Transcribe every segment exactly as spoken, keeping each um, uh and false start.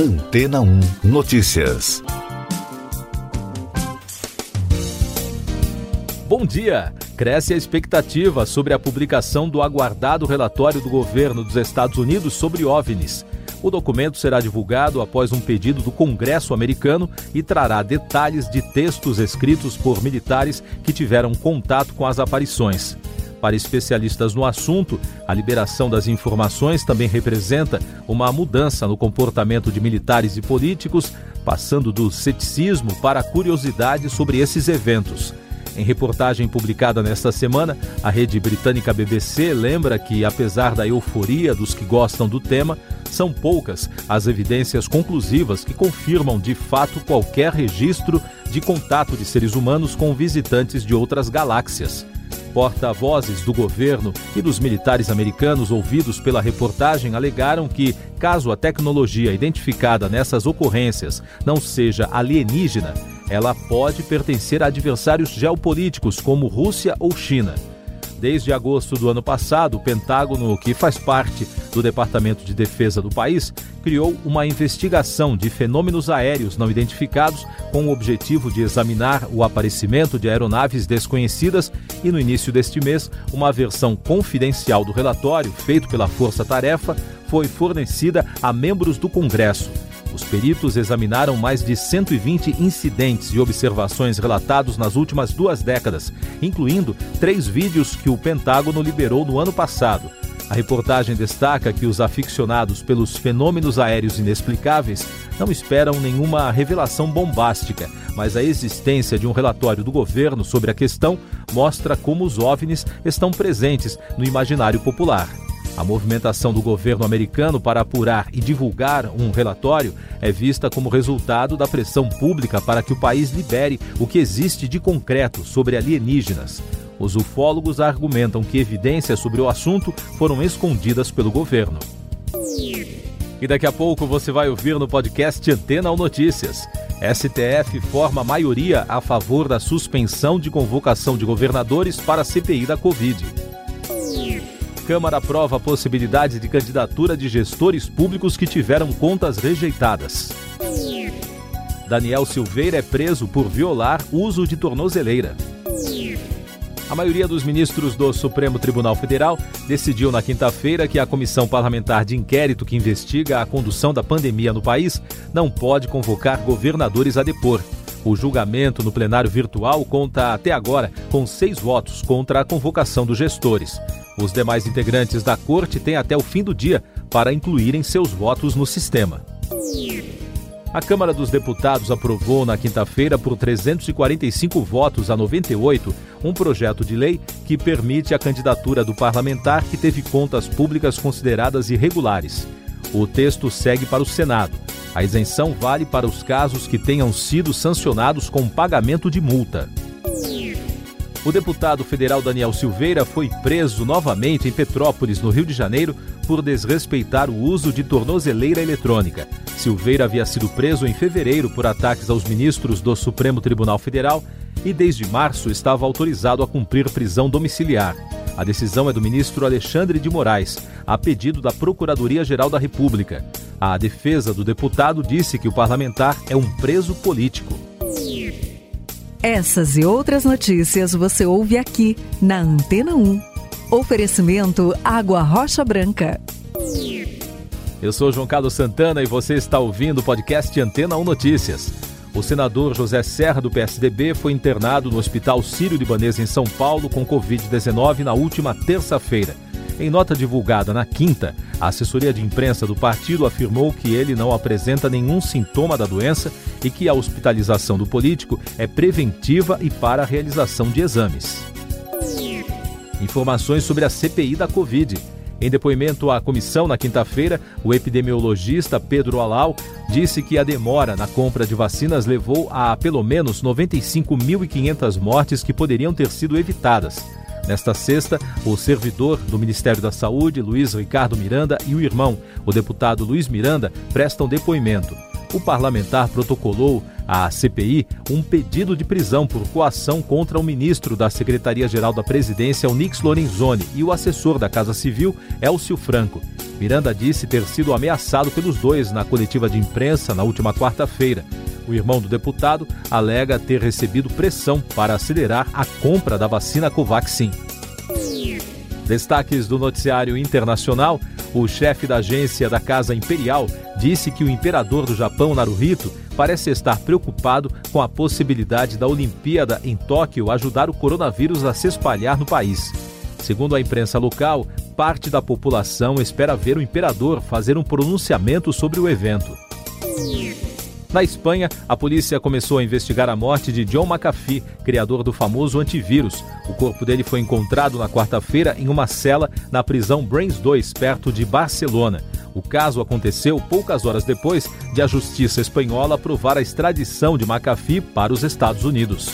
Antena um Notícias. Bom dia! Cresce a expectativa sobre a publicação do aguardado relatório do governo dos Estados Unidos sobre OVNIs. O documento será divulgado após um pedido do Congresso americano e trará detalhes de textos escritos por militares que tiveram contato com as aparições. Para especialistas no assunto, a liberação das informações também representa uma mudança no comportamento de militares e políticos, passando do ceticismo para a curiosidade sobre esses eventos. Em reportagem publicada nesta semana, a rede britânica B B C lembra que, apesar da euforia dos que gostam do tema, são poucas as evidências conclusivas que confirmam de fato qualquer registro de contato de seres humanos com visitantes de outras galáxias. Porta-vozes do governo e dos militares americanos ouvidos pela reportagem alegaram que, caso a tecnologia identificada nessas ocorrências não seja alienígena, ela pode pertencer a adversários geopolíticos como Rússia ou China. Desde agosto do ano passado, o Pentágono, que faz parte do Departamento de Defesa do país, criou uma investigação de fenômenos aéreos não identificados com o objetivo de examinar o aparecimento de aeronaves desconhecidas e, no início deste mês, uma versão confidencial do relatório, feito pela Força Tarefa, foi fornecida a membros do Congresso. Os peritos examinaram mais de cento e vinte incidentes e observações relatados nas últimas duas décadas, incluindo três vídeos que o Pentágono liberou no ano passado. A reportagem destaca que os aficionados pelos fenômenos aéreos inexplicáveis não esperam nenhuma revelação bombástica, mas a existência de um relatório do governo sobre a questão mostra como os OVNIs estão presentes no imaginário popular. A movimentação do governo americano para apurar e divulgar um relatório é vista como resultado da pressão pública para que o país libere o que existe de concreto sobre alienígenas. Os ufólogos argumentam que evidências sobre o assunto foram escondidas pelo governo. E daqui a pouco você vai ouvir no podcast Antena um Notícias. S T F forma maioria a favor da suspensão de convocação de governadores para a C P I da Covid. Câmara aprova a possibilidade de candidatura de gestores públicos que tiveram contas rejeitadas. Daniel Silveira é preso por violar uso de tornozeleira. A maioria dos ministros do Supremo Tribunal Federal decidiu na quinta-feira que a Comissão Parlamentar de Inquérito que investiga a condução da pandemia no país não pode convocar governadores a depor. O julgamento no plenário virtual conta até agora com seis votos contra a convocação dos gestores. Os demais integrantes da corte têm até o fim do dia para incluírem seus votos no sistema. A Câmara dos Deputados aprovou na quinta-feira por trezentos e quarenta e cinco votos a noventa e oito um projeto de lei que permite a candidatura do parlamentar que teve contas públicas consideradas irregulares. O texto segue para o Senado. A isenção vale para os casos que tenham sido sancionados com pagamento de multa. O deputado federal Daniel Silveira foi preso novamente em Petrópolis, no Rio de Janeiro, por desrespeitar o uso de tornozeleira eletrônica. Silveira havia sido preso em fevereiro por ataques aos ministros do Supremo Tribunal Federal e desde março estava autorizado a cumprir prisão domiciliar. A decisão é do ministro Alexandre de Moraes, a pedido da Procuradoria-Geral da República. A defesa do deputado disse que o parlamentar é um preso político. Essas e outras notícias você ouve aqui na Antena um. Oferecimento Água Rocha Branca. Eu sou João Carlos Santana e você está ouvindo o podcast Antena um Notícias. O senador José Serra, do P S D B, foi internado no Hospital Sírio-Libanês em São Paulo com covid dezenove na última terça-feira. Em nota divulgada na quinta, a assessoria de imprensa do partido afirmou que ele não apresenta nenhum sintoma da doença e que a hospitalização do político é preventiva e para a realização de exames. Informações sobre a C P I da Covid. Em depoimento à comissão na quinta-feira, o epidemiologista Pedro Alau disse que a demora na compra de vacinas levou a pelo menos noventa e cinco mil e quinhentas mortes que poderiam ter sido evitadas. Nesta sexta, o servidor do Ministério da Saúde, Luiz Ricardo Miranda, e o irmão, o deputado Luiz Miranda, prestam depoimento. O parlamentar protocolou à C P I um pedido de prisão por coação contra o ministro da Secretaria-Geral da Presidência, Onyx Lorenzoni, e o assessor da Casa Civil, Elcio Franco. Miranda disse ter sido ameaçado pelos dois na coletiva de imprensa na última quarta-feira. O irmão do deputado alega ter recebido pressão para acelerar a compra da vacina Covaxin. Destaques do noticiário internacional: o chefe da agência da Casa Imperial disse que o imperador do Japão, Naruhito, parece estar preocupado com a possibilidade da Olimpíada em Tóquio ajudar o coronavírus a se espalhar no país. Segundo a imprensa local, parte da população espera ver o imperador fazer um pronunciamento sobre o evento. Na Espanha, a polícia começou a investigar a morte de John McAfee, criador do famoso antivírus. O corpo dele foi encontrado na quarta-feira em uma cela na prisão Brains dois, perto de Barcelona. O caso aconteceu poucas horas depois de a justiça espanhola aprovar a extradição de McAfee para os Estados Unidos.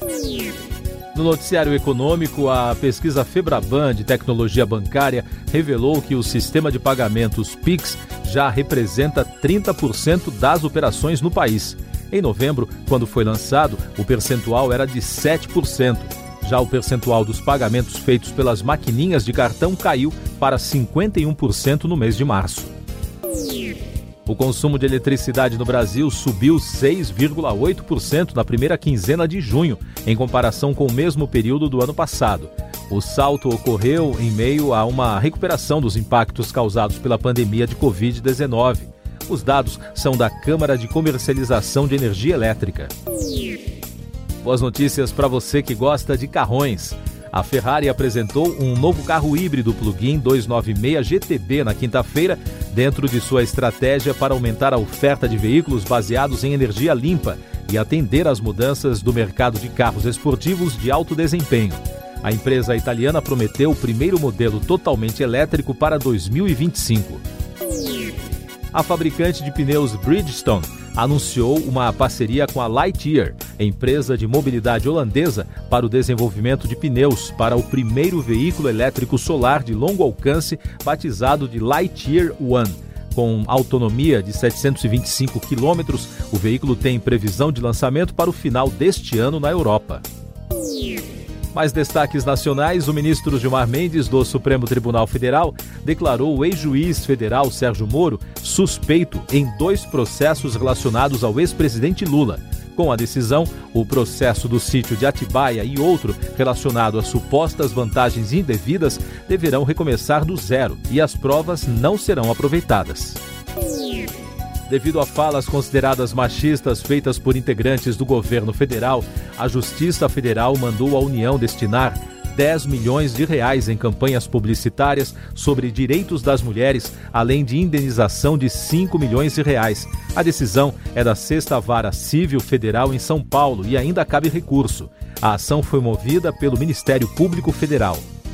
No noticiário econômico, a pesquisa Febraban de tecnologia bancária revelou que o sistema de pagamentos Pix já representa trinta por cento das operações no país. Em novembro, quando foi lançado, o percentual era de sete por cento. Já o percentual dos pagamentos feitos pelas maquininhas de cartão caiu para cinquenta e um por cento no mês de março. O consumo de eletricidade no Brasil subiu seis vírgula oito por cento na primeira quinzena de junho, em comparação com o mesmo período do ano passado. O salto ocorreu em meio a uma recuperação dos impactos causados pela pandemia de covid dezenove. Os dados são da Câmara de Comercialização de Energia Elétrica. Boas notícias para você que gosta de carrões. A Ferrari apresentou um novo carro híbrido plug-in duzentos e noventa e seis G T B na quinta-feira, dentro de sua estratégia para aumentar a oferta de veículos baseados em energia limpa e atender às mudanças do mercado de carros esportivos de alto desempenho. A empresa italiana prometeu o primeiro modelo totalmente elétrico para dois mil e vinte e cinco. A fabricante de pneus Bridgestone anunciou uma parceria com a Lightyear, empresa de mobilidade holandesa, para o desenvolvimento de pneus para o primeiro veículo elétrico solar de longo alcance, batizado de Lightyear One. Com autonomia de setecentos e vinte e cinco quilômetros, o veículo tem previsão de lançamento para o final deste ano na Europa. Mais destaques nacionais: o ministro Gilmar Mendes, do Supremo Tribunal Federal, declarou o ex-juiz federal Sérgio Moro suspeito em dois processos relacionados ao ex-presidente Lula. Com a decisão, o processo do sítio de Atibaia e outro relacionado a supostas vantagens indevidas deverão recomeçar do zero e as provas não serão aproveitadas. Devido a falas consideradas machistas feitas por integrantes do governo federal, a Justiça Federal mandou à União destinar dez milhões de reais em campanhas publicitárias sobre direitos das mulheres, além de indenização de cinco milhões de reais. A decisão é da Sexta Vara Civil Federal em São Paulo e ainda cabe recurso. A ação foi movida pelo Ministério Público Federal.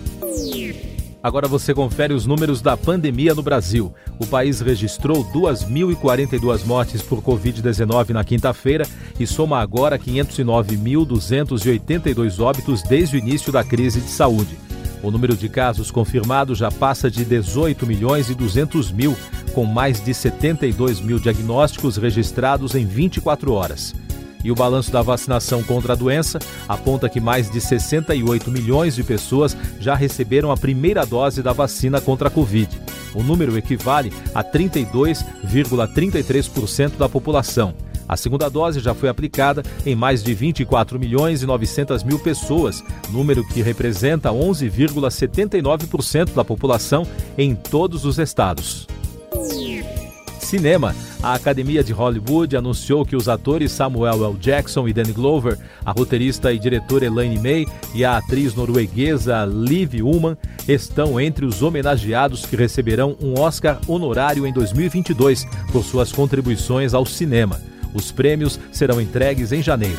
Agora você confere os números da pandemia no Brasil. O país registrou duas mil e quarenta e duas mortes por covid dezenove na quinta-feira e soma agora quinhentos e nove mil duzentos e oitenta e dois óbitos desde o início da crise de saúde. O número de casos confirmados já passa de dezoito milhões e duzentos mil, com mais de setenta e dois mil diagnósticos registrados em vinte e quatro horas. E o balanço da vacinação contra a doença aponta que mais de sessenta e oito milhões de pessoas já receberam a primeira dose da vacina contra a Covid. O número equivale a trinta e dois vírgula trinta e três por cento da população. A segunda dose já foi aplicada em mais de vinte e quatro milhões e novecentas mil pessoas, número que representa onze vírgula setenta e nove por cento da população em todos os estados. Cinema. A Academia de Hollywood anunciou que os atores Samuel L. Jackson e Danny Glover, a roteirista e diretora Elaine May e a atriz norueguesa Liv Ullmann estão entre os homenageados que receberão um Oscar honorário em dois mil e vinte e dois por suas contribuições ao cinema. Os prêmios serão entregues em janeiro.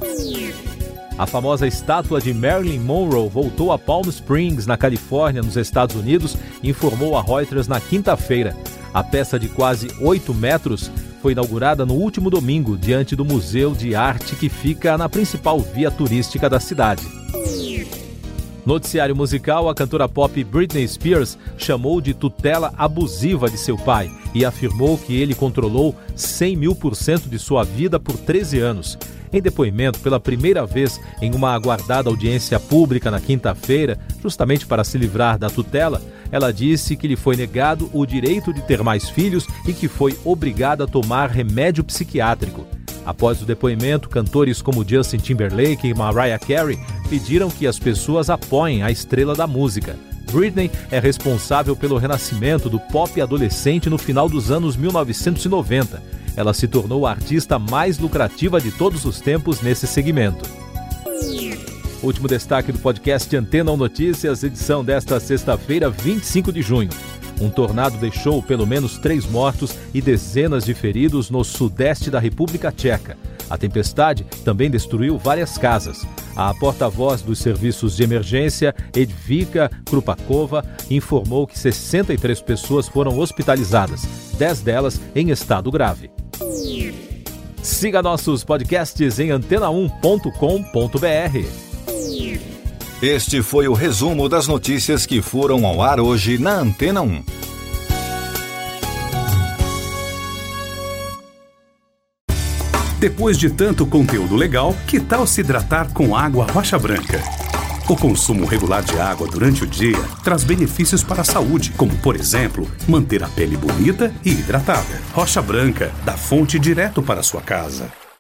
A famosa estátua de Marilyn Monroe voltou a Palm Springs, na Califórnia, nos Estados Unidos, informou a Reuters na quinta-feira. A peça de quase oito metros foi inaugurada no último domingo, diante do Museu de Arte que fica na principal via turística da cidade. Noticiário musical, a cantora pop Britney Spears chamou de tutela abusiva de seu pai e afirmou que ele controlou cem mil por cento de sua vida por treze anos. Em depoimento pela primeira vez em uma aguardada audiência pública na quinta-feira, justamente para se livrar da tutela, ela disse que lhe foi negado o direito de ter mais filhos e que foi obrigada a tomar remédio psiquiátrico. Após o depoimento, cantores como Justin Timberlake e Mariah Carey pediram que as pessoas apoiem a estrela da música. Britney é responsável pelo renascimento do pop adolescente no final dos anos mil novecentos e noventa. Ela se tornou a artista mais lucrativa de todos os tempos nesse segmento. Último destaque do podcast Antena um Notícias, edição desta sexta-feira, vinte e cinco de junho. Um tornado deixou pelo menos três mortos e dezenas de feridos no sudeste da República Tcheca. A tempestade também destruiu várias casas. A porta-voz dos serviços de emergência, Edvika Krupakova, informou que sessenta e três pessoas foram hospitalizadas, dez delas em estado grave. Siga nossos podcasts em antena um ponto com ponto b r. Este foi o resumo das notícias que foram ao ar hoje na Antena um. Depois de tanto conteúdo legal, que tal se hidratar com água Rocha Branca? O consumo regular de água durante o dia traz benefícios para a saúde, como, por exemplo, manter a pele bonita e hidratada. Rocha Branca, da fonte direto para a sua casa.